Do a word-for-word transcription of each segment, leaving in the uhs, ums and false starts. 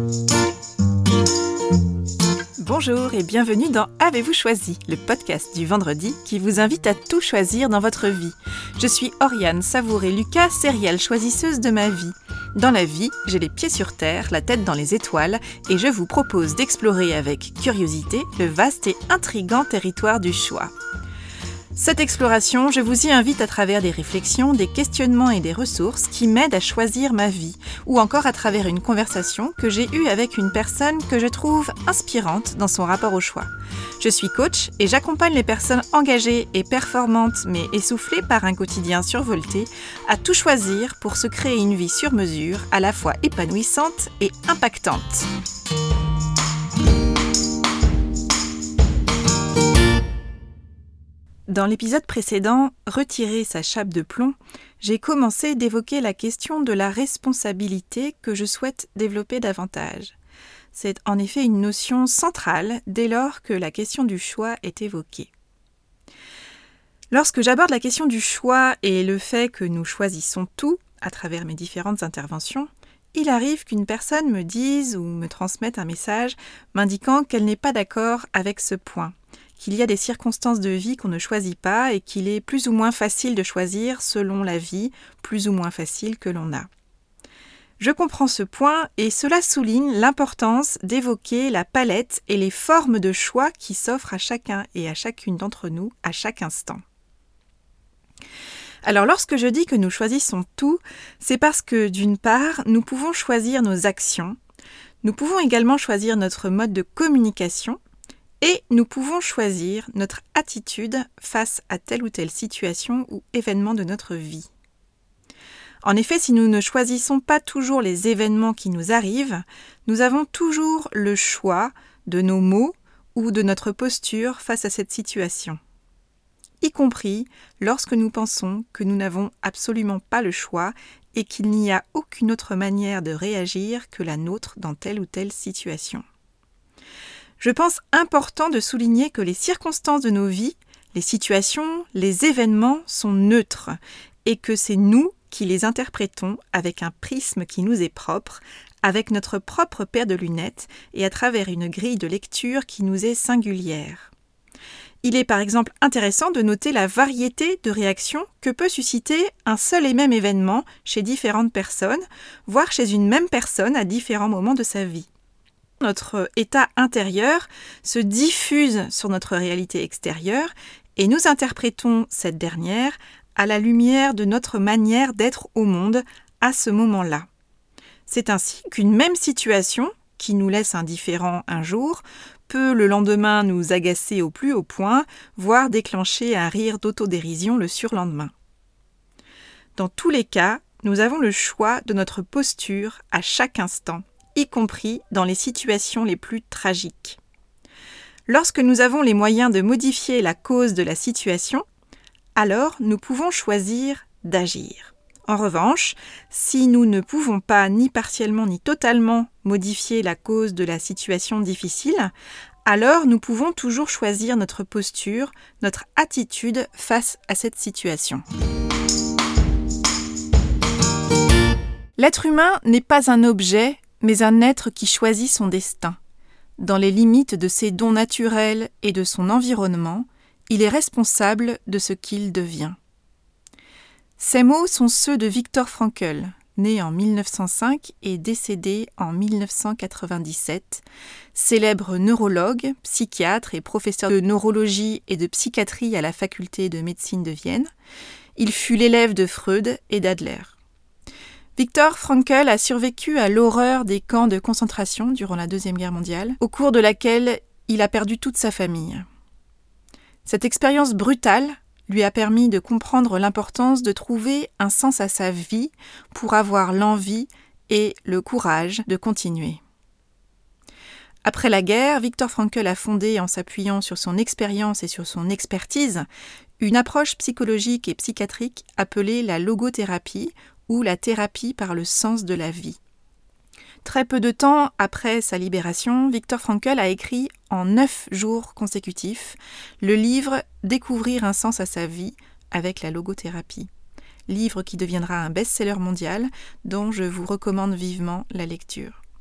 Bonjour et bienvenue dans Avez-vous choisi, le podcast du vendredi qui vous invite à tout choisir dans votre vie. Je suis Oriane Savouré-Lucas, serial choisisseuse de ma vie. Dans la vie, j'ai les pieds sur terre, la tête dans les étoiles et je vous propose d'explorer avec curiosité le vaste et intrigant territoire du choix. Cette exploration, je vous y invite à travers des réflexions, des questionnements et des ressources qui m'aident à choisir ma vie, ou encore à travers une conversation que j'ai eue avec une personne que je trouve inspirante dans son rapport au choix. Je suis coach et j'accompagne les personnes engagées et performantes mais essoufflées par un quotidien survolté à tout choisir pour se créer une vie sur mesure, à la fois épanouissante et impactante. Dans l'épisode précédent, Retirer sa chape de plomb, j'ai commencé d'évoquer la question de la responsabilité que je souhaite développer davantage. C'est en effet une notion centrale dès lors que la question du choix est évoquée. Lorsque j'aborde la question du choix et le fait que nous choisissons tout à travers mes différentes interventions, il arrive qu'une personne me dise ou me transmette un message m'indiquant qu'elle n'est pas d'accord avec ce point, qu'il y a des circonstances de vie qu'on ne choisit pas et qu'il est plus ou moins facile de choisir selon la vie, plus ou moins facile que l'on a. Je comprends ce point et cela souligne l'importance d'évoquer la palette et les formes de choix qui s'offrent à chacun et à chacune d'entre nous à chaque instant. Alors lorsque je dis que nous choisissons tout, c'est parce que d'une part, nous pouvons choisir nos actions, nous pouvons également choisir notre mode de communication, et nous pouvons choisir notre attitude face à telle ou telle situation ou événement de notre vie. En effet, si nous ne choisissons pas toujours les événements qui nous arrivent, nous avons toujours le choix de nos mots ou de notre posture face à cette situation. Y compris lorsque nous pensons que nous n'avons absolument pas le choix et qu'il n'y a aucune autre manière de réagir que la nôtre dans telle ou telle situation. Je pense important de souligner que les circonstances de nos vies, les situations, les événements sont neutres et que c'est nous qui les interprétons avec un prisme qui nous est propre, avec notre propre paire de lunettes et à travers une grille de lecture qui nous est singulière. Il est par exemple intéressant de noter la variété de réactions que peut susciter un seul et même événement chez différentes personnes, voire chez une même personne à différents moments de sa vie. Notre état intérieur se diffuse sur notre réalité extérieure et nous interprétons cette dernière à la lumière de notre manière d'être au monde à ce moment-là. C'est ainsi qu'une même situation, qui nous laisse indifférents un jour, peut le lendemain nous agacer au plus haut point, voire déclencher un rire d'autodérision le surlendemain. Dans tous les cas, nous avons le choix de notre posture à chaque instant, y compris dans les situations les plus tragiques. Lorsque nous avons les moyens de modifier la cause de la situation, alors nous pouvons choisir d'agir. En revanche, si nous ne pouvons pas ni partiellement ni totalement modifier la cause de la situation difficile, alors nous pouvons toujours choisir notre posture, notre attitude face à cette situation. L'être humain n'est pas un objet, mais un être qui choisit son destin. Dans les limites de ses dons naturels et de son environnement, il est responsable de ce qu'il devient. Ces mots sont ceux de Viktor Frankl, né en mille neuf cent cinq et décédé en mille neuf cent quatre-vingt-dix-sept, célèbre neurologue, psychiatre et professeur de neurologie et de psychiatrie à la faculté de médecine de Vienne. Il fut l'élève de Freud et d'Adler. Viktor Frankl a survécu à l'horreur des camps de concentration durant la Deuxième Guerre mondiale, au cours de laquelle il a perdu toute sa famille. Cette expérience brutale lui a permis de comprendre l'importance de trouver un sens à sa vie pour avoir l'envie et le courage de continuer. Après la guerre, Viktor Frankl a fondé, en s'appuyant sur son expérience et sur son expertise, une approche psychologique et psychiatrique appelée la logothérapie, ou la thérapie par le sens de la vie. Très peu de temps après sa libération, Viktor Frankl a écrit en neuf jours consécutifs le livre « Découvrir un sens à sa vie » avec la logothérapie, livre qui deviendra un best-seller mondial dont je vous recommande vivement la lecture.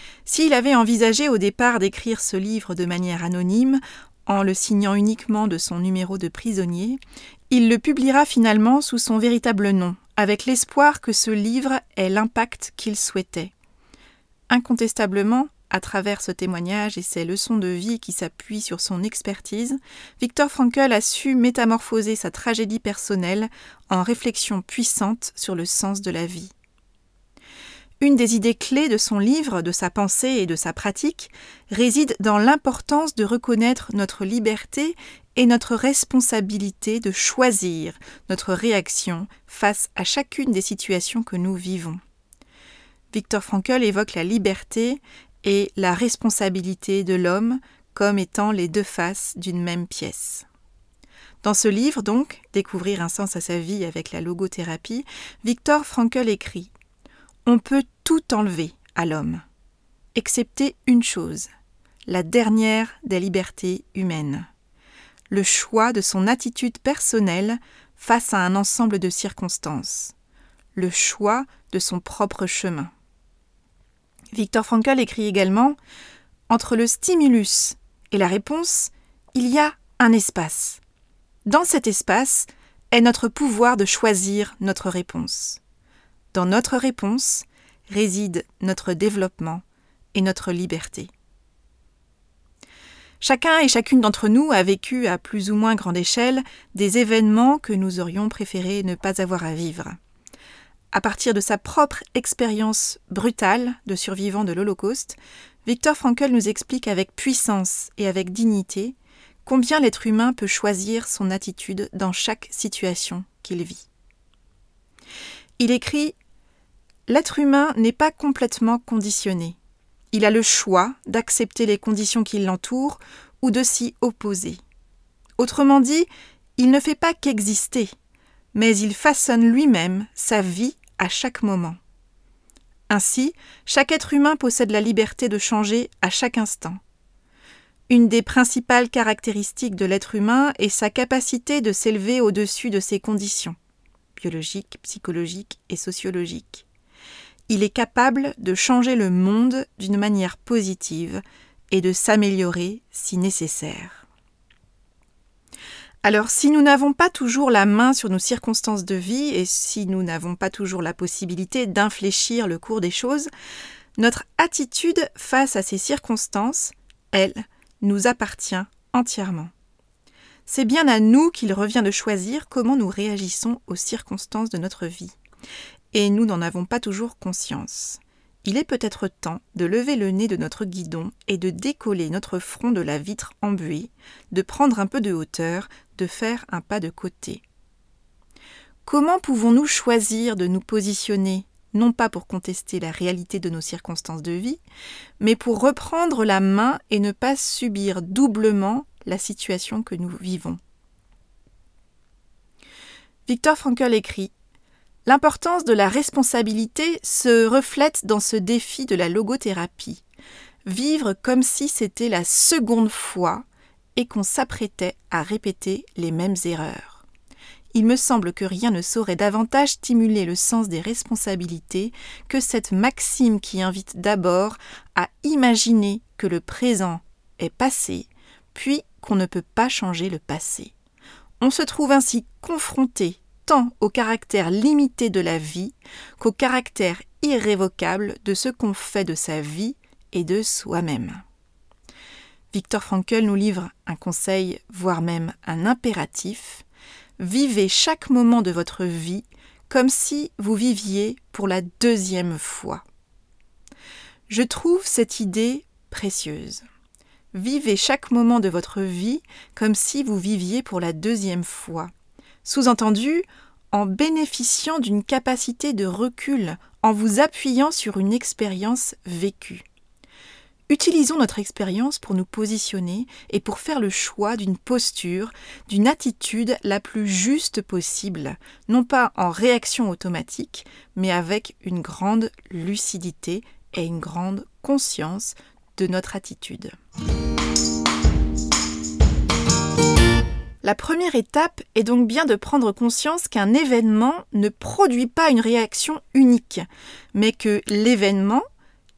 S'il avait envisagé au départ d'écrire ce livre de manière anonyme, en le signant uniquement de son numéro de prisonnier, il le publiera finalement sous son véritable nom, avec l'espoir que ce livre ait l'impact qu'il souhaitait. Incontestablement, à travers ce témoignage et ses leçons de vie qui s'appuient sur son expertise, Viktor Frankl a su métamorphoser sa tragédie personnelle en réflexion puissante sur le sens de la vie. Une des idées clés de son livre, de sa pensée et de sa pratique réside dans l'importance de reconnaître notre liberté et notre responsabilité de choisir notre réaction face à chacune des situations que nous vivons. Viktor Frankl évoque la liberté et la responsabilité de l'homme comme étant les deux faces d'une même pièce. Dans ce livre, donc, Découvrir un sens à sa vie avec la logothérapie, Viktor Frankl écrit « On peut tout enlever à l'homme, excepté une chose, la dernière des libertés humaines, le choix de son attitude personnelle face à un ensemble de circonstances, le choix de son propre chemin. » Viktor Frankl écrit également « Entre le stimulus et la réponse, il y a un espace. Dans cet espace est notre pouvoir de choisir notre réponse. Dans notre réponse réside notre développement et notre liberté. » Chacun et chacune d'entre nous a vécu à plus ou moins grande échelle des événements que nous aurions préféré ne pas avoir à vivre. À partir de sa propre expérience brutale de survivant de l'Holocauste, Viktor Frankl nous explique avec puissance et avec dignité combien l'être humain peut choisir son attitude dans chaque situation qu'il vit. Il écrit « L'être humain n'est pas complètement conditionné. Il a le choix d'accepter les conditions qui l'entourent ou de s'y opposer. Autrement dit, il ne fait pas qu'exister, mais il façonne lui-même sa vie à chaque moment. Ainsi, chaque être humain possède la liberté de changer à chaque instant. Une des principales caractéristiques de l'être humain est sa capacité de s'élever au-dessus de ses conditions, biologiques, psychologiques et sociologiques. Il est capable de changer le monde d'une manière positive et de s'améliorer si nécessaire. Alors, si nous n'avons pas toujours la main sur nos circonstances de vie et si nous n'avons pas toujours la possibilité d'infléchir le cours des choses, notre attitude face à ces circonstances, elle, nous appartient entièrement. C'est bien à nous qu'il revient de choisir comment nous réagissons aux circonstances de notre vie. Et nous n'en avons pas toujours conscience. Il est peut-être temps de lever le nez de notre guidon et de décoller notre front de la vitre embuée, de prendre un peu de hauteur, de faire un pas de côté. Comment pouvons-nous choisir de nous positionner, non pas pour contester la réalité de nos circonstances de vie, mais pour reprendre la main et ne pas subir doublement la situation que nous vivons? Viktor Frankl écrit « L'importance de la responsabilité se reflète dans ce défi de la logothérapie. Vivre comme si c'était la seconde fois et qu'on s'apprêtait à répéter les mêmes erreurs. Il me semble que rien ne saurait davantage stimuler le sens des responsabilités que cette maxime qui invite d'abord à imaginer que le présent est passé, puis qu'on ne peut pas changer le passé. On se trouve ainsi confronté tant au caractère limité de la vie qu'au caractère irrévocable de ce qu'on fait de sa vie et de soi-même. » Viktor Frankl nous livre un conseil, voire même un impératif. Vivez chaque moment de votre vie comme si vous viviez pour la deuxième fois. Je trouve cette idée précieuse. Vivez chaque moment de votre vie comme si vous viviez pour la deuxième fois. Sous-entendu, en bénéficiant d'une capacité de recul, en vous appuyant sur une expérience vécue. Utilisons notre expérience pour nous positionner et pour faire le choix d'une posture, d'une attitude la plus juste possible, non pas en réaction automatique, mais avec une grande lucidité et une grande conscience de notre attitude. La première étape est donc bien de prendre conscience qu'un événement ne produit pas une réaction unique, mais que l'événement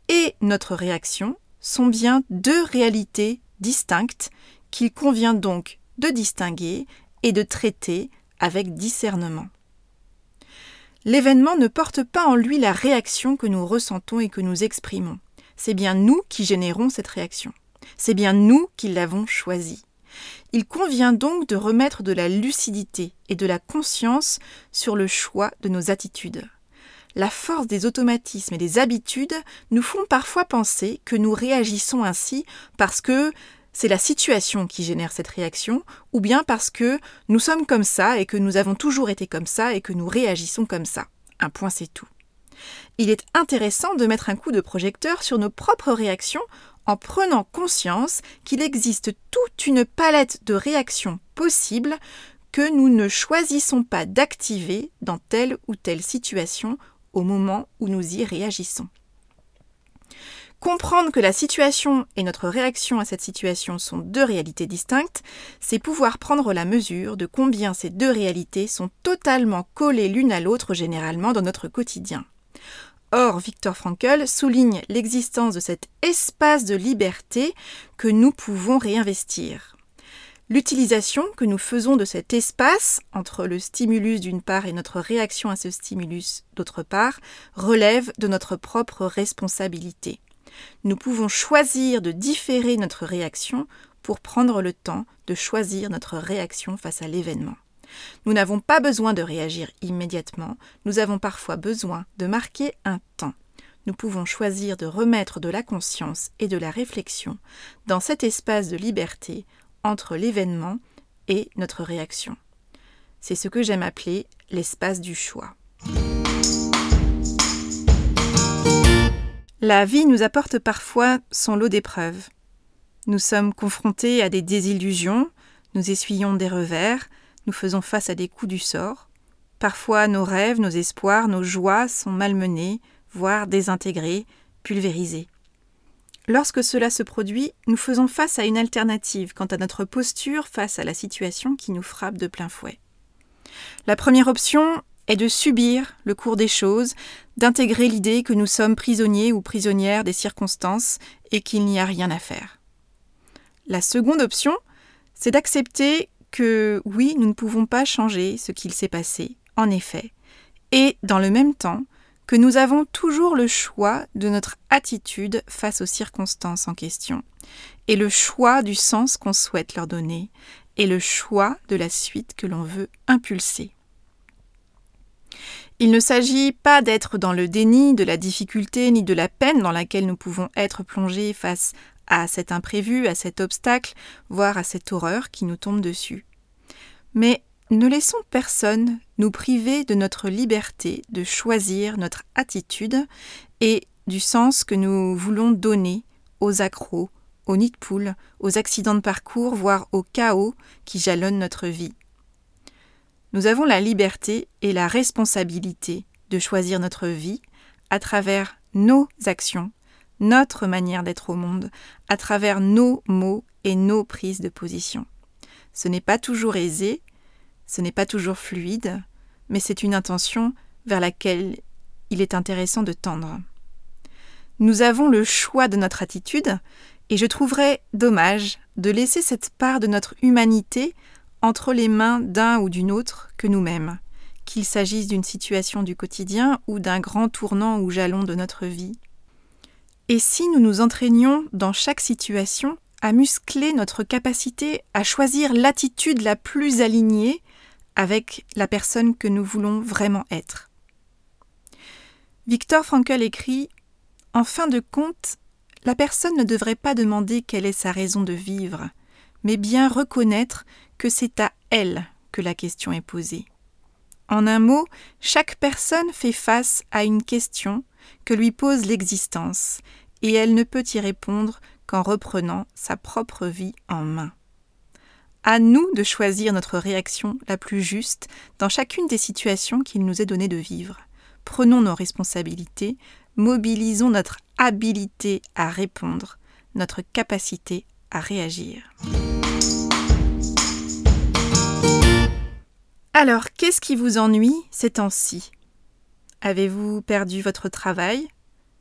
et notre réaction sont bien deux réalités distinctes qu'il convient donc de distinguer et de traiter avec discernement. L'événement ne porte pas en lui la réaction que nous ressentons et que nous exprimons. C'est bien nous qui générons cette réaction. C'est bien nous qui l'avons choisie. Il convient donc de remettre de la lucidité et de la conscience sur le choix de nos attitudes. La force des automatismes et des habitudes nous font parfois penser que nous réagissons ainsi parce que c'est la situation qui génère cette réaction, ou bien parce que nous sommes comme ça et que nous avons toujours été comme ça et que nous réagissons comme ça. Un point, c'est tout. Il est intéressant de mettre un coup de projecteur sur nos propres réactions en prenant conscience qu'il existe toute une palette de réactions possibles que nous ne choisissons pas d'activer dans telle ou telle situation au moment où nous y réagissons. Comprendre que la situation et notre réaction à cette situation sont deux réalités distinctes, c'est pouvoir prendre la mesure de combien ces deux réalités sont totalement collées l'une à l'autre généralement dans notre quotidien. Or, Viktor Frankl souligne l'existence de cet espace de liberté que nous pouvons réinvestir. L'utilisation que nous faisons de cet espace, entre le stimulus d'une part et notre réaction à ce stimulus d'autre part, relève de notre propre responsabilité. Nous pouvons choisir de différer notre réaction pour prendre le temps de choisir notre réaction face à l'événement. Nous n'avons pas besoin de réagir immédiatement, nous avons parfois besoin de marquer un temps. Nous pouvons choisir de remettre de la conscience et de la réflexion dans cet espace de liberté entre l'événement et notre réaction. C'est ce que j'aime appeler l'espace du choix. La vie nous apporte parfois son lot d'épreuves. Nous sommes confrontés à des désillusions, nous essuyons des revers, nous faisons face à des coups du sort. Parfois, nos rêves, nos espoirs, nos joies sont malmenés, voire désintégrés, pulvérisés. Lorsque cela se produit, nous faisons face à une alternative quant à notre posture face à la situation qui nous frappe de plein fouet. La première option est de subir le cours des choses, d'intégrer l'idée que nous sommes prisonniers ou prisonnières des circonstances et qu'il n'y a rien à faire. La seconde option, c'est d'accepter que oui, nous ne pouvons pas changer ce qu'il s'est passé, en effet, et dans le même temps, que nous avons toujours le choix de notre attitude face aux circonstances en question, et le choix du sens qu'on souhaite leur donner, et le choix de la suite que l'on veut impulser. Il ne s'agit pas d'être dans le déni de la difficulté ni de la peine dans laquelle nous pouvons être plongés face à cet imprévu, à cet obstacle, voire à cette horreur qui nous tombe dessus. Mais ne laissons personne nous priver de notre liberté de choisir notre attitude et du sens que nous voulons donner aux accros, aux nids de poules, aux accidents de parcours, voire au chaos qui jalonnent notre vie. Nous avons la liberté et la responsabilité de choisir notre vie à travers nos actions, notre manière d'être au monde, à travers nos mots et nos prises de position. Ce n'est pas toujours aisé, ce n'est pas toujours fluide, mais c'est une intention vers laquelle il est intéressant de tendre. Nous avons le choix de notre attitude et je trouverais dommage de laisser cette part de notre humanité entre les mains d'un ou d'une autre que nous-mêmes, qu'il s'agisse d'une situation du quotidien ou d'un grand tournant ou jalon de notre vie. Et si nous nous entraînions dans chaque situation à muscler notre capacité à choisir l'attitude la plus alignée avec la personne que nous voulons vraiment être. Viktor Frankl écrit « En fin de compte, la personne ne devrait pas demander quelle est sa raison de vivre, mais bien reconnaître que c'est à elle que la question est posée. En un mot, chaque personne fait face à une question que lui pose l'existence, et elle ne peut y répondre qu'en reprenant sa propre vie en main. À nous de choisir notre réaction la plus juste dans chacune des situations qu'il nous est donné de vivre. Prenons nos responsabilités, mobilisons notre habilité à répondre, notre capacité à réagir. Alors, qu'est-ce qui vous ennuie ces temps-ci ? Avez-vous perdu votre travail ?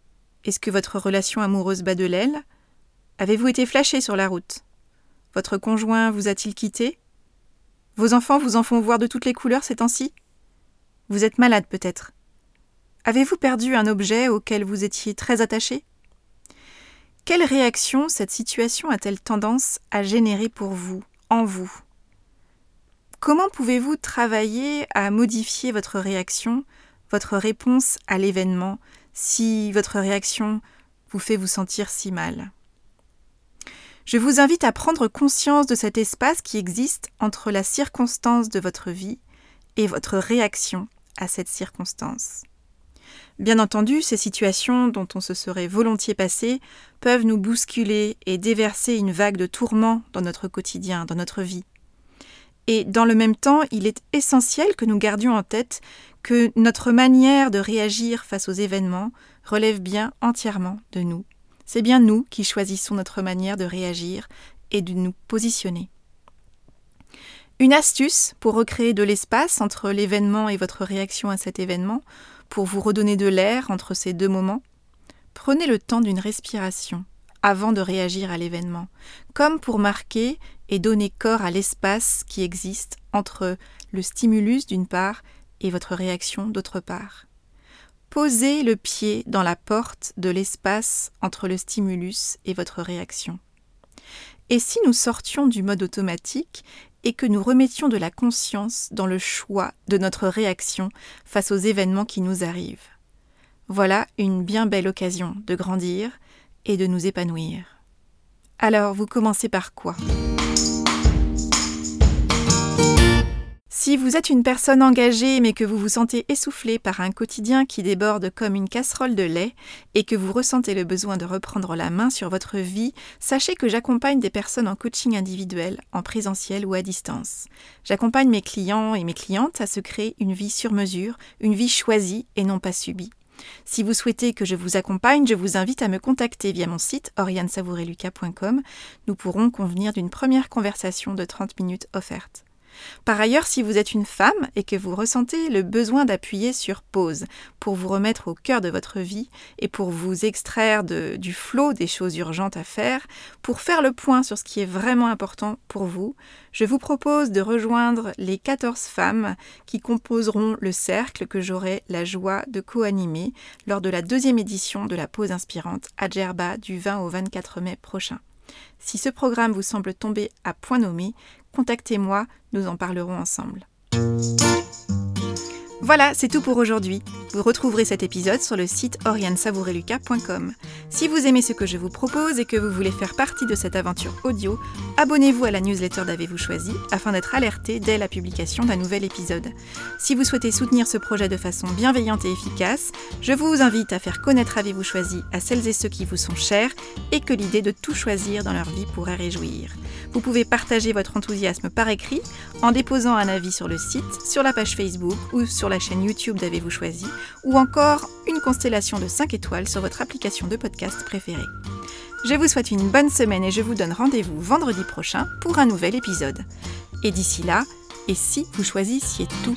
Est-ce que votre relation amoureuse bat de l'aile ? Avez-vous été flashé sur la route ? Votre conjoint vous a-t-il quitté ? Vos enfants vous en font voir de toutes les couleurs ces temps-ci ? Vous êtes malade peut-être ? Avez-vous perdu un objet auquel vous étiez très attaché ? Quelle réaction cette situation a-t-elle tendance à générer pour vous, en vous ? Comment pouvez-vous travailler à modifier votre réaction, votre réponse à l'événement, si votre réaction vous fait vous sentir si mal ? Je vous invite à prendre conscience de cet espace qui existe entre la circonstance de votre vie et votre réaction à cette circonstance. Bien entendu, ces situations dont on se serait volontiers passé peuvent nous bousculer et déverser une vague de tourments dans notre quotidien, dans notre vie. Et dans le même temps, il est essentiel que nous gardions en tête que notre manière de réagir face aux événements relève bien entièrement de nous. C'est bien nous qui choisissons notre manière de réagir et de nous positionner. Une astuce pour recréer de l'espace entre l'événement et votre réaction à cet événement, pour vous redonner de l'air entre ces deux moments, prenez le temps d'une respiration avant de réagir à l'événement, comme pour marquer et donner corps à l'espace qui existe entre le stimulus d'une part et votre réaction d'autre part. Posez le pied dans la porte de l'espace entre le stimulus et votre réaction. Et si nous sortions du mode automatique et que nous remettions de la conscience dans le choix de notre réaction face aux événements qui nous arrivent ? Voilà une bien belle occasion de grandir et de nous épanouir. Alors, vous commencez par quoi ? Si vous êtes une personne engagée mais que vous vous sentez essoufflé par un quotidien qui déborde comme une casserole de lait et que vous ressentez le besoin de reprendre la main sur votre vie, sachez que j'accompagne des personnes en coaching individuel, en présentiel ou à distance. J'accompagne mes clients et mes clientes à se créer une vie sur mesure, une vie choisie et non pas subie. Si vous souhaitez que je vous accompagne, je vous invite à me contacter via mon site oriane savouré lucas point com. Nous pourrons convenir d'une première conversation de trente minutes offerte. Par ailleurs, si vous êtes une femme et que vous ressentez le besoin d'appuyer sur pause pour vous remettre au cœur de votre vie et pour vous extraire de, du flot des choses urgentes à faire, pour faire le point sur ce qui est vraiment important pour vous, je vous propose de rejoindre les quatorze femmes qui composeront le cercle que j'aurai la joie de co-animer lors de la deuxième édition de la pause inspirante à Djerba du vingt au vingt-quatre mai prochain. Si ce programme vous semble tomber à point nommé, contactez-moi, nous en parlerons ensemble. Voilà, c'est tout pour aujourd'hui. Vous retrouverez cet épisode sur le site oriane savouré lucas point com. Si vous aimez ce que je vous propose et que vous voulez faire partie de cette aventure audio, abonnez-vous à la newsletter d'Avez-vous choisi afin d'être alerté dès la publication d'un nouvel épisode. Si vous souhaitez soutenir ce projet de façon bienveillante et efficace, je vous invite à faire connaître Avez-vous choisi à celles et ceux qui vous sont chers et que l'idée de tout choisir dans leur vie pourrait réjouir. Vous pouvez partager votre enthousiasme par écrit en déposant un avis sur le site, sur la page Facebook ou sur la chaîne YouTube d'Avez-vous choisi, ou encore une constellation de cinq étoiles sur votre application de podcast préférée. Je vous souhaite une bonne semaine et je vous donne rendez-vous vendredi prochain pour un nouvel épisode. Et d'ici là, et si vous choisissiez tout ?